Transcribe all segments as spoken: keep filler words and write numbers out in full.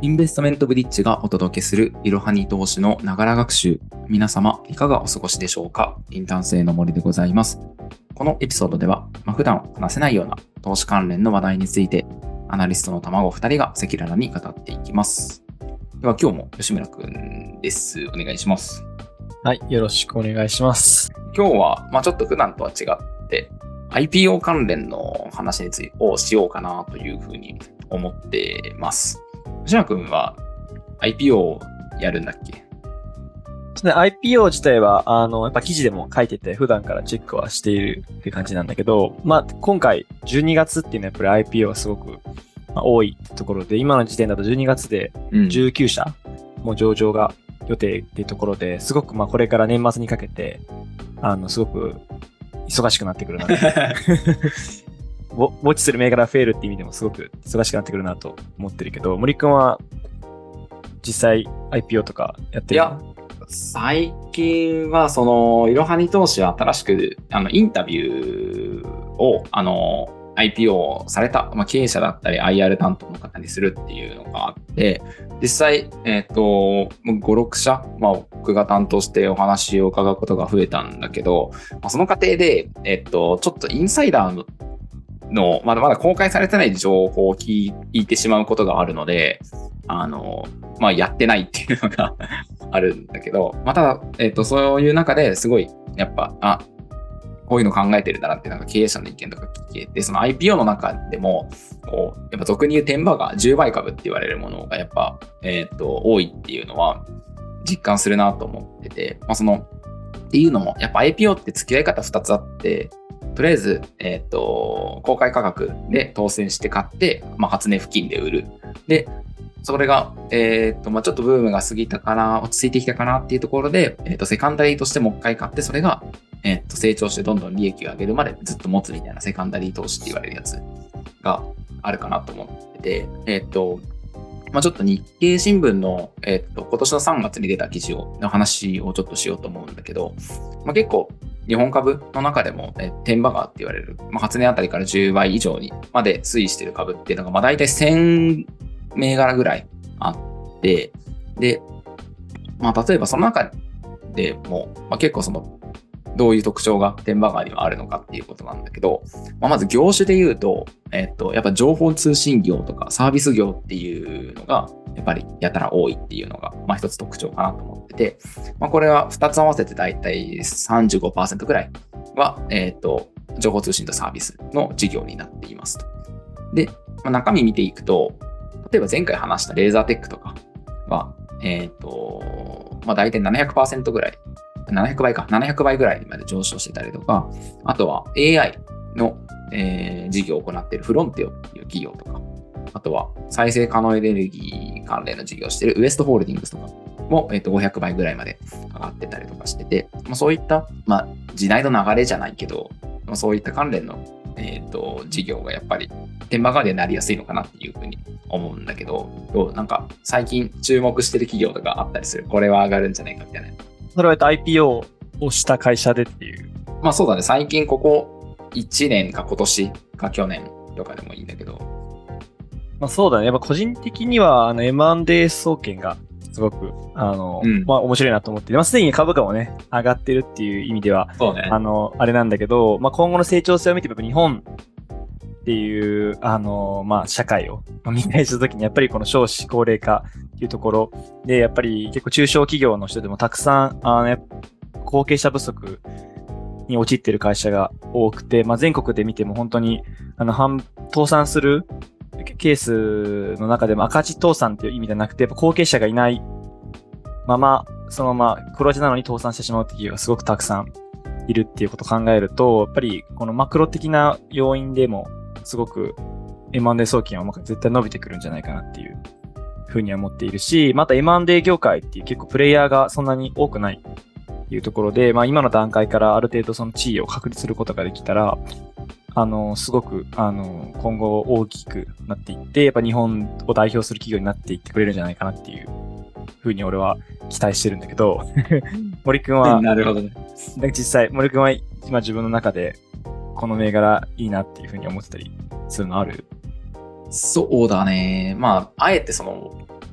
インベストメントブリッジがお届けするいろはに投資のながら学習。皆様いかがお過ごしでしょうか。インターン生の森でございます。このエピソードでは、まあ、普段話せないような投資関連の話題についてアナリストの卵ふたりが赤裸々に語っていきます。では今日も吉村くんです。お願いします。 はい、よろしくお願いします。 今日は、まあ、ちょっと普段とは違ってアイピーオー 関連の話についてをしようかなというふうに思ってます。吉村くんは アイピーオー やるんだっけ？ ね、アイピーオー 自体は、あの、やっぱ記事でも書いてて、普段からチェックはしているっていう感じなんだけど、まあ、今回じゅうにがつっていうのはやっぱり アイピーオー がすごく、まあ、多いってところで、今の時点だとじゅうにがつでじゅうきゅうしゃも上場が予定っていうところで、すごくまあこれから年末にかけて、あの、すごく忙しくなってくるなと。ウォッチする銘柄増えるって意味でもすごく忙しくなってくるなと思ってるけど、森くんは実際 アイピーオー とかやってるの？ いや、最近はそのいろはに投資は新しくあのインタビューをあの アイピーオー された、まあ、経営者だったり アイアール 担当の方にするっていうのがあって、実際、えっと、ご、ろくしゃ、まあ、僕が担当してお話を伺うことが増えたんだけど、まあ、その過程で、えっと、ちょっとインサイダーののまだまだ公開されてない情報を聞いてしまうことがあるので、あの、まあ、やってないっていうのがあるんだけど、まあ、ただ、えっと、そういう中ですごい、やっぱ、あ、こういうの考えてるんだなって、なんか経営者の意見とか聞けて、その アイピーオー の中でも、こう、やっぱ俗に言う天場がじゅうばい株って言われるものがやっぱ、えっと、多いっていうのは実感するなと思ってて、まあ、その、っていうのも、やっぱ アイピーオー って付き合い方ふたつあって、とりあえず、えっと、公開価格で当選して買って、まあ、初値付近で売る。で、それが、えっと、まあ、ちょっとブームが過ぎたかな、落ち着いてきたかなっていうところで、えっと、セカンダリーとしてもう一回買って、それが、えっと、成長してどんどん利益を上げるまでずっと持つみたいなセカンダリー投資って言われるやつがあるかなと思ってて、えっと、まあ、ちょっと日経新聞の、えっと、今年のさんがつに出た記事を、の話をちょっとしようと思うんだけど、まあ、結構、日本株の中でも、え天場川って言われる、まあ、初値あたりからじゅうばい以上にまで推移している株っていうのが、まあ、大体せんめいがらぐらいあって、で、まあ、例えばその中でも、まあ、結構その、どういう特徴が天場川にはあるのかっていうことなんだけど、まあ、まず業種で言うと、えっと、やっぱ情報通信業とかサービス業っていうのが、やっぱりやたら多いっていうのが、まあ一つ特徴かなと思ってて、まあこれはふたつ合わせてだいたい さんじゅうごパーセント くらいは、えっと、情報通信とサービスの事業になっていますと。で、まあ、中身見ていくと、例えば前回話したレーザーテックとかは、えっと、まあ大体 ななひゃくパーセント ぐらい、ななひゃくばいか、ななひゃくばいぐらいまで上昇してたりとか、あとは エーアイ の、えー、事業を行っているフロンテオっていう企業とか、あとは再生可能エネルギー関連の事業をしているウエストホールディングスとかも、えー、とごひゃくばいぐらいまで上がってたりとかしてて、まあ、そういった、まあ、時代の流れじゃないけど、まあ、そういった関連の、えー、と事業がやっぱり天場側でなりやすいのかなっていうふうに思うんだけど、どうなんか最近注目してる企業とかあったりする？これは上がるんじゃないかみたいな。 それは アイピーオー をした会社でっていう。 まあそうだね。最近ここいちねんか今年か去年とかでもいいんだけど。 まあそうだね。やっぱ個人的にはあの エムアンドエー 総研がすごくあの、うん、まあ面白いなと思って、まあすでに株価もね上がってるっていう意味では、 そうね、 あのあれなんだけど、まあ今後の成長性を見てやっぱ日本っていうあのまあ社会を見返したときにやっぱりこの少子高齢化っていうところでやっぱり結構中小企業の人でもたくさんあの、ね、後継者不足に陥っている会社が多くて、まあ、全国で見ても本当にあの半倒産するケースの中でも赤字倒産っていう意味じゃなくて、やっぱ後継者がいないままそのまま黒字なのに倒産してしまうっていう企業がすごくたくさんいるっていうことを考えると、やっぱりこのマクロ的な要因でもすごく エムアンドエー 総金は絶対伸びてくるんじゃないかなっていうふうには思っているし、また エムアンドエー 業界っていう結構プレイヤーがそんなに多くないっていうところで、まあ今の段階からある程度その地位を確立することができたら、あの、すごく、あの、今後大きくなっていって、やっぱ日本を代表する企業になっていってくれるんじゃないかなっていうふうに俺は期待してるんだけど、森くんは、 なるほどね。 実際、森くんは今自分の中でこの銘柄いいなっていうふうに思ってたりするのある？ そうだね。まあ、あえてその、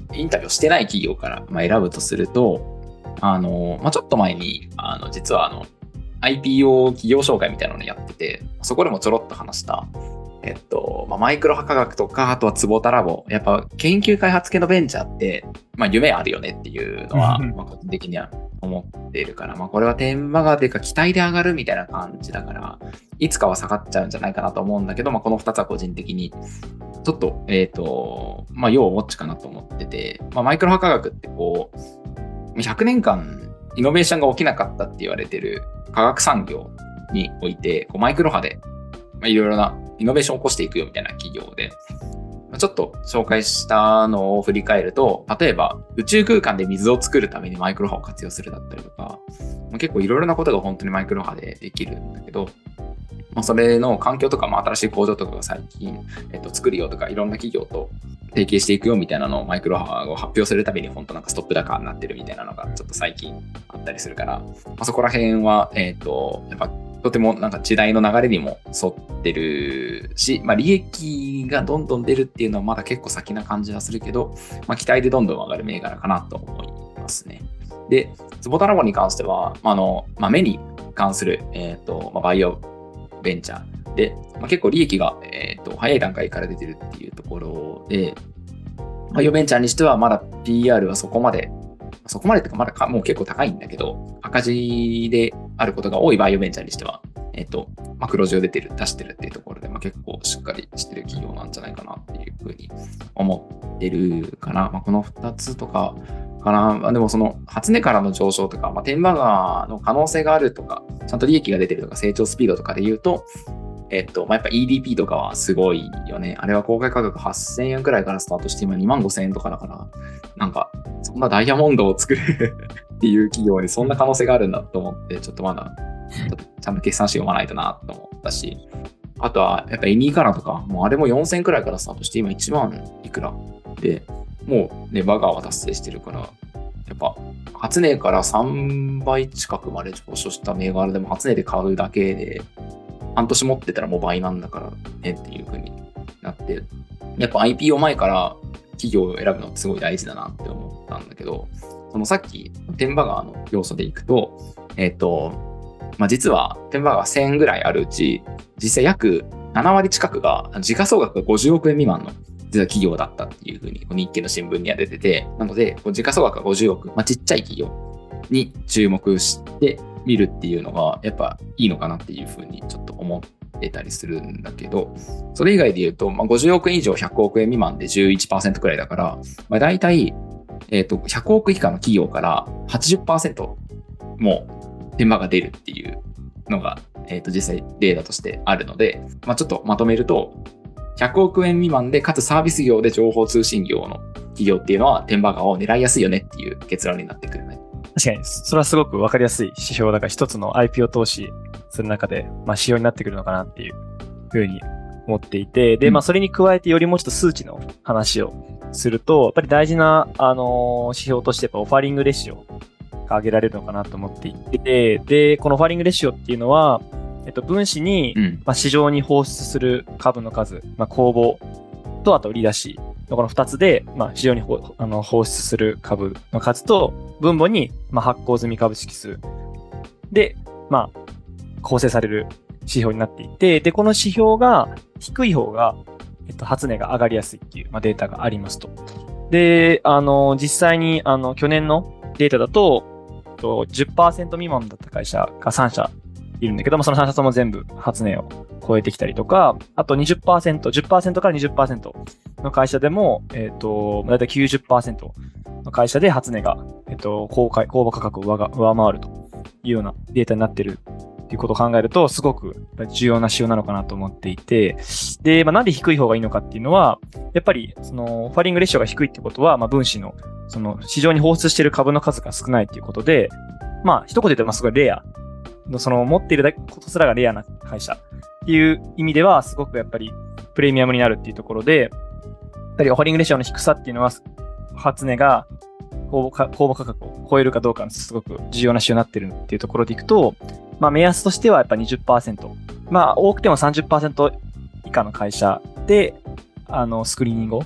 インタビューをしてない企業から、まあ、選ぶとすると、あの、まあ、ちょっと前に、あの、実はあの、アイピーオー 企業紹介みたいなのをやってて、そこでもちょろっと話した、えっと、まあ、マイクロ化学とか、あとは坪田ラボ、やっぱ研究開発系のベンチャーって、まあ、夢あるよねっていうのは、まあ、個人的には思っているから、まあ、これは天馬川というか期待で上がるみたいな感じだから、いつかは下がっちゃうんじゃないかなと思うんだけど、まあ、このふたつは個人的に、ちょっと、えっと、まあ、要ウォッチかなと思ってて、まあ、マイクロ化学ってこう、ひゃくねんかんイノベーションが起きなかったって言われてる化学産業において、こうマイクロ波で、まあ、いろいろなイノベーションを起こしていくよみたいな企業で、ちょっと紹介したのを振り返ると、例えば宇宙空間で水を作るためにマイクロ波を活用するだったりとか、結構いろいろなことが本当にマイクロ波でできるんだけど、まあ、それの環境とかも新しい工場とかが最近、えっと、作るよとかいろんな企業と提携していくよみたいなのをマイクロ波を発表するたびに本当なんかストップ高になってるみたいなのがちょっと最近あったりするから、まあ、そこら辺は、えっと、やっぱとてもなんか時代の流れにも沿ってるし、まあ、利益がどんどん出るっていうのはまだ結構先な感じはするけど、まあ、期待でどんどん上がる銘柄かなと思いますね。で、坪田ラボに関しては、あの、まあ、目に関する、えっと、まあ、バイオベンチャーで、まあ、結構利益が、えっと、早い段階から出てるっていうところで、バイオベンチャーにしてはまだ ピーアール はそこまでそこまでってかまだかもう結構高いんだけど、赤字であることが多いバイオベンチャーにしては、えっと、まあ、黒字を出てる、出してるっていうところで、まあ、結構しっかりしてる企業なんじゃないかなっていうふうに思ってるかな。まあ、このふたつとかかな。まあ、でもその初値からの上昇とか、まあ、天馬川の可能性があるとか、ちゃんと利益が出てるとか、成長スピードとかで言うと、えっと、まあ、やっぱ イーディーピー とかはすごいよね。あれは公開価格はっせんえんくらいからスタートして今にまんごせんえんとかだから、なんか、そんなダイヤモンドを作るっていう企業にそんな可能性があるんだと思って、ちょっとまだ、ちょっとちゃんと決算誌読まないとなと思ったし、あとはやっぱエニーカラーとか、もうあれもよんせんえんくらいからスタートして今いちまんいくらで、もうね、バガーは達成してるから、やっぱ、初値からさんばい近くまで上昇した銘柄でも初値で買うだけで、半年持ってたらもう倍なんだからねっていう風になって、やっぱ アイピーオー 前から企業を選ぶのってすごい大事だなって思ったんだけど、そのさっき天馬川の要素でいくと、えっと、まあ、実は天馬川せんぐらいあるうち、実際約ななわり近くが時価総額がごじゅうおくえん未満の実は企業だったっていう風に日経の新聞には出てて、なので時価総額がごじゅうおく、まあ、ちっちゃい企業に注目して見るっていうのがやっぱいいのかなっていう風にちょっと思ってたりするんだけど、それ以外で言うと、まあ、ごじゅうおくえん以上ひゃくおくえん未満で じゅういちパーセント くらいだから、まあ、大体、えっと、ひゃくおく以下の企業から はちじゅっパーセント も天馬が出るっていうのが、えっと、実際データとしてあるので、まあ、ちょっとまとめると、ひゃくおくえん未満でかつサービス業で情報通信業の企業っていうのは天馬川を狙いやすいよねっていう結論になってくるね。 確かに、それはすごく分かりやすい指標だから一つの アイピーオー 投資する中で、まあ、指標になってくるのかなっていうふうに思っていて、で、まあ、それに加えてよりもうちょっと数値の話をすると、やっぱり大事な、あのー、指標としてやっぱオファリングレシオが挙げられるのかなと思っていて、で、このオファリングレシオっていうのは、えっと、分子に、まあ、市場に放出する株の数、まあ、公募と、あと売り出しのこの二つで、まあ、市場にほあの放出する株の数と、分母に、まあ、発行済み株式数で、まあ、構成される指標になっていて、で、この指標が低い方が、えっと、初値が上がりやすいっていう、まあ、データがありますと。で、あの、実際に、あの、去年のデータだと、と じゅっパーセント 未満だった会社がさん社いるんだけども、そのさん社とも全部初値を超えてきたりとか、あと にじゅっパーセント、じゅっパーセント から にじゅっパーセント の会社でも、えっと、だいたい きゅうじゅっパーセント の会社で初値が、えっと、公開、公募価格を上回るというようなデータになっているということを考えると、すごく重要な指標なのかなと思っていて、で、まあ、なんで低い方がいいのかっていうのは、やっぱり、その、ファリングレシオが低いってことは、まあ、分子の、その、市場に放出している株の数が少ないっていうことで、まあ、一言で言うと、まあ、すごいレア。その、持っていることすらがレアな会社っていう意味では、すごくやっぱり、プレミアムになるっていうところで、やっぱり、ファリングレシオの低さっていうのは、初値が、公募か、公募価格を超えるかどうかのすごく重要な指標になっているっていうところでいくと、まあ目安としてはやっぱ にじゅっパーセント。まあ多くても さんじゅっパーセント 以下の会社で、あの、スクリーニングを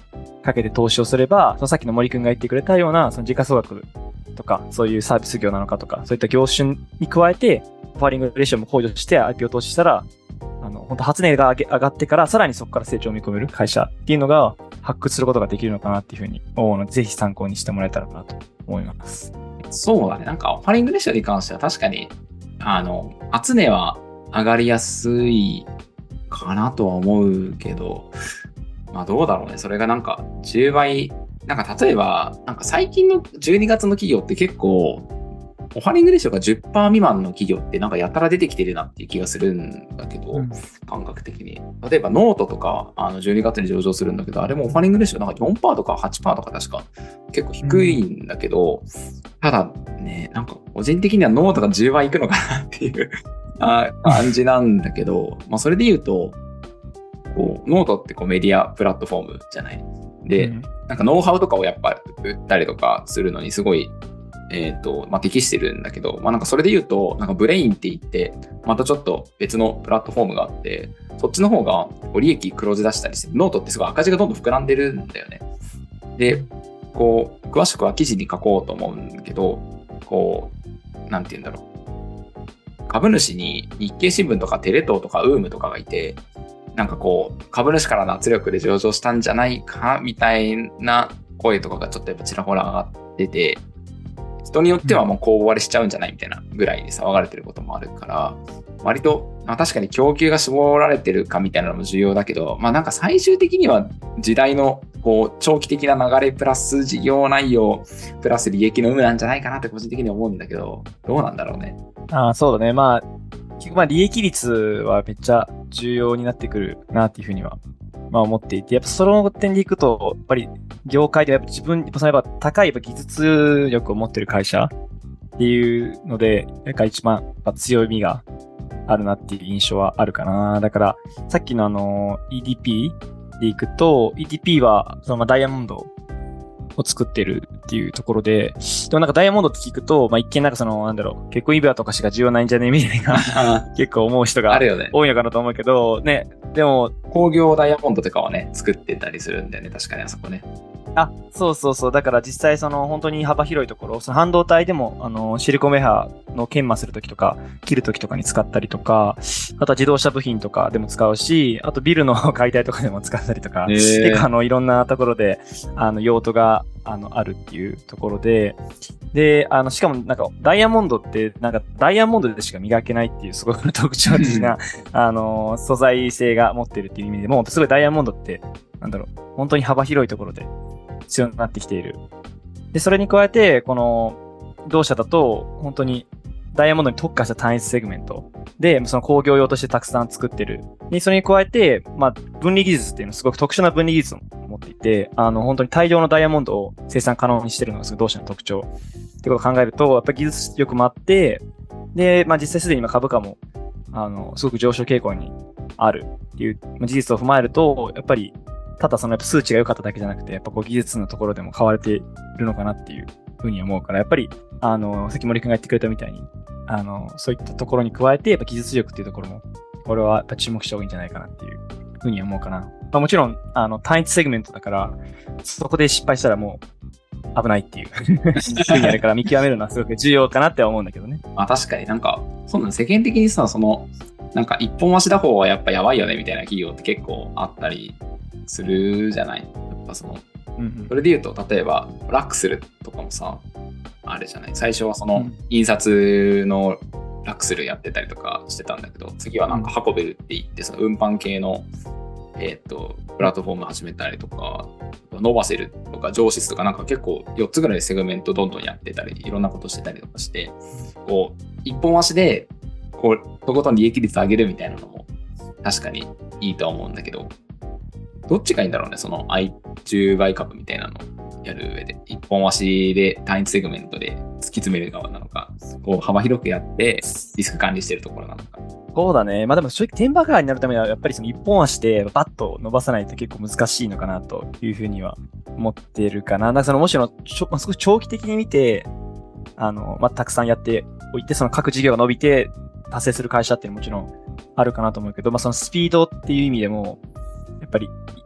かけて投資をすれば、そのさっきの森くんが言ってくれたような、その時価総額とか、そういうサービス業なのかとか、そういった業種に加えて、オファリングレシオも考慮して アイピーオー 投資したら、あの、本当初値が上げ上がってから、さらにそこから成長を見込める会社っていうのが発掘することができるのかなっていうふうに思うので、ぜひ参考にしてもらえたらなと思います。 そうだね。なんか、オファリングレシオに関しては確かに、あの、初値は上がりやすいかなとは思うけど、まあどうだろうね。それがなんかじゅうばい、なんか例えば、なんか最近のじゅうにがつの企業って結構、オファリングレシオが じゅっパーセント 未満の企業ってなんかやたら出てきてるなっていう気がするんだけど、うん、感覚的に。例えばノートとかあのじゅうにがつに上場するんだけど、あれもオファリングレシオなんか よんパーセント とか はちパーセント とか確か結構低いんだけど、うん、ただね、なんか個人的にはノートがじゅうばいいくのかなっていう感じなんだけど、まあそれで言うと、こうノートってこうメディアプラットフォームじゃない。で、うん、なんかノウハウとかをやっぱ売ったりとかするのにすごい、えっと、まあ、適してるんだけど、まあなんかそれで言うと、なんかブレインって言って、またちょっと別のプラットフォームがあって、そっちの方が利益黒字出したりして、ノートってすごい赤字がどんどん膨らんでるんだよね。で、こう、詳しくは記事に書こうと思うんだけど、こう、なんて言うんだろう。株主に日経新聞とかテレ東とかウームとかがいて、なんかこう、株主からの圧力で上場したんじゃないかみたいな声とかがちょっとやっぱちらほら上がってて、人によってはもう公募割れしちゃうんじゃないみたいなぐらいで騒がれてることもあるから、割と、まあ、確かに供給が絞られてるかみたいなのも重要だけど、まあなんか最終的には時代のこう長期的な流れプラス事業内容プラス利益の有無なんじゃないかなって個人的に思うんだけど、どうなんだろうね。 ああ、そうだね。まあ、結局まあ利益率はめっちゃ重要になってくるなっていうふうには、まあ思っていて、やっぱその点でいくと、やっぱり業界でやっぱ自分、そのやっぱ高いやっぱ技術力を持ってる会社っていうので、なんか一番やっぱ強みがあるなっていう印象はあるかな。だから、さっきのあの イーディーピー でいくと、イーディーピー はそのまあダイヤモンドを作ってるっていうところで、でもなんかダイヤモンドって聞くと、まあ、一見なんかその、なんだろう、結婚指輪とかしか重要ないんじゃねみたいな結構思う人が多いのかなと思うけど、ね、でも、 工業ダイヤモンドとかはね、作ってたりするんだよね、確かにあそこね。 あ、そうそうそう。だから実際その本当に幅広いところ、その半導体でも、あの、シリコンウェアの研磨するときとか、切るときとかに使ったりとか、あとは自動車部品とかでも使うし、あとビルの解体とかでも使ったりとか、結構あの、いろんなところで、あの、用途が、あの、あるっていうところで、で、あの、しかもなんか、ダイヤモンドって、なんか、ダイヤモンドでしか磨けないっていう、すごく特徴的な、あの、素材性が持ってるっていう意味でも、すごいダイヤモンドって、なんだろう、本当に幅広いところで、必要になってきている。で、それに加えて、この、同社だと、本当に、ダイヤモンドに特化した単一セグメントで、その工業用としてたくさん作ってる。で、それに加えて、まあ、分離技術っていうのはすごく特殊な分離技術を持っていて、あの、本当に大量のダイヤモンドを生産可能にしてるのが同社の特徴。ってことを考えると、やっぱり技術力もあって、で、まあ実際すでに今株価も、あの、すごく上昇傾向にあるっていう事実を踏まえると、やっぱり、ただそのやっぱ数値が良かっただけじゃなくて、やっぱこう技術のところでも買われているのかなっていうふうに思うから、やっぱり、あの、さっき森くんが言ってくれたみたいに、あの、そういったところに加えて、やっぱ技術力っていうところも、これはやっぱ注目した方がいいんじゃないかなっていうふうに思うかな。まあもちろん、あの、単一セグメントだから、そこで失敗したらもう危ないっていうふうになるから見極めるのはすごく重要かなって思うんだけどね。 まあ確かになんか、そんな世間的にさ、その、なんか一本足打法はやっぱやばいよねみたいな企業って結構あったりするじゃない。やっぱその、うんうん、それで言うと、例えば、ラックスルとかもさ、あれじゃない。最初はその、印刷のラックスルやってたりとかしてたんだけど、次はなんか運べるって言って、その運搬系の、えっと、プラットフォーム始めたりとか、ノバセルとか上質とかなんか結構よっつぐらいセグメントどんどんやってたり、いろんなことしてたりとかして、こう、一本足で、こう、とことん利益率上げるみたいなのも確かにいいとは思うんだけど、どっちがいいんだろうね、その じゅうばい株みたいなのをやる上で。一本足で単一セグメントで突き詰める側なのか、こう幅広くやってリスク管理してるところなのか。 そうだね。まあでも正直テンバーカーになるためにはやっぱりその一本足でバッと伸ばさないと結構難しいのかなというふうには思ってるかな。だからそのもしろちょ、まあ、少し長期的に見て、あの、まあ、たくさんやっておいて、その各事業が伸びて達成する会社っていうのももちろんあるかなと思うけど、まあそのスピードっていう意味でも、やっぱり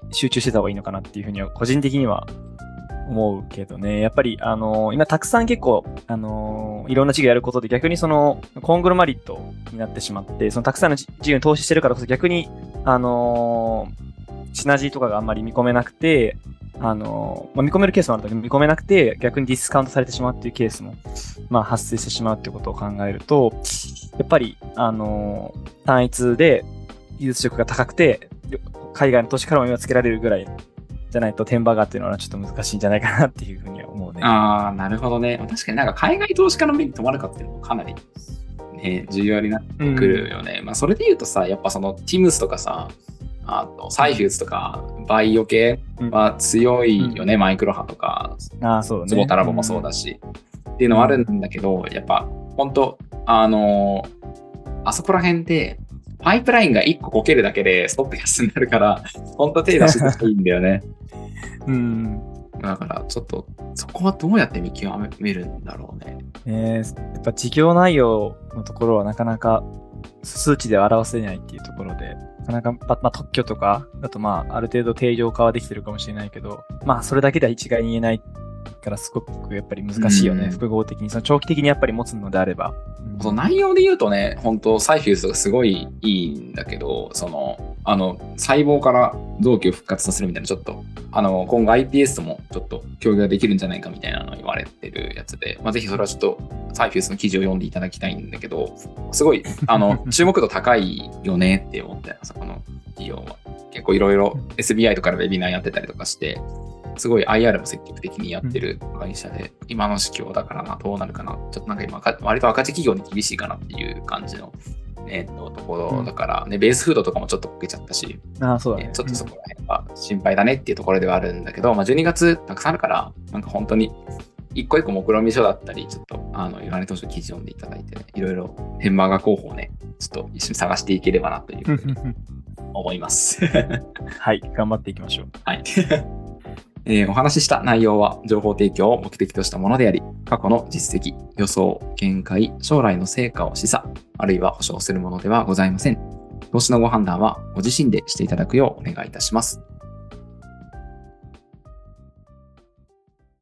集中してた方がいいのかなっていうふうには、個人的には思うけどね。やっぱり、あのー今たくさん結構、あのーいろんな事業やることで逆にその、コングロマリットになってしまって、そのたくさんの事業に投資してるからこそ逆に、あのーシナジーとかがあんまり見込めなくて、あのーまあ、見込めるケースもあるんだけど、見込めなくて逆にディスカウントされてしまうっていうケースも、まあ、発生してしまうっていうことを考えると、やっぱり、あのー単一で技術力が高くて、海外の投資からも目をつけられるぐらいじゃないと、テンバーガーっていうのはちょっと難しいんじゃないかなっていうふうには思うね。 ああ、なるほどね。確かになんか海外投資家の目に留まるかっていうのもかなり、ね、重要になってくるよね。まあそれで言うとさ、やっぱその Teams とかさ、あとサイフューズとかバイオ系は強いよね、うん、マイクロ波とか、 あそうね、 ツボタラボもそうだし、うん、っていうのはあるんだけど、やっぱ本当あのあそこら辺でパイプラインがいっここけるだけでストップ安になるから、本当手出しといいんだよね。 うん。 だからちょっとそこはどうやって見極めるんだろうね。 えー、やっぱ事業内容のところはなかなか数値では表せないっていうところで、なかなか、まあ、特許とかだとまあある程度定常化はできてるかもしれないけど、まあそれだけでは一概に言えないからすごくやっぱり難しいよね、うん、複合的にその長期的にやっぱり持つのであれば、 うん、その内容で言うとね、本当サイフューズとかすごいいいんだけど、そのあの細胞から臓器を復活させるみたいな、ちょっとあの今後 アイピーエス ともちょっと協業ができるんじゃないかみたいなの言われてるやつで、まあ、ぜひそれはちょっとサイフューズの記事を読んでいただきたいんだけど、すごいあの注目度高いよねって思ったよ、そこの企業は。結構いろいろ エスビーアイ とかでウェビナーやってたりとかして、すごい アイアール も積極的にやってる会社で、うん、今の市況だからな、どうなるかな。ちょっとなんか今、割と赤字企業に厳しいかなっていう感じの、えー、のところだから、ね、ベースフードとかもちょっとこけちゃったし、 あそうだね、 えー、ちょっとそこら辺は心配だねっていうところではあるんだけど、まあ、じゅうにがつたくさんあるから、なんか本当に一個一個目論見書だったり、ちょっとあの、いろんな投資の記事読んでいただいて、ね、いろいろテンバーガー候補をね、ちょっと一緒に探していければなというふうに思います。 はい、頑張っていきましょう。 はい。えー、お話しした内容は情報提供を目的としたものであり、過去の実績、予想、見解、将来の成果を示唆、あるいは保証するものではございません。投資のご判断はご自身でしていただくようお願いいたします。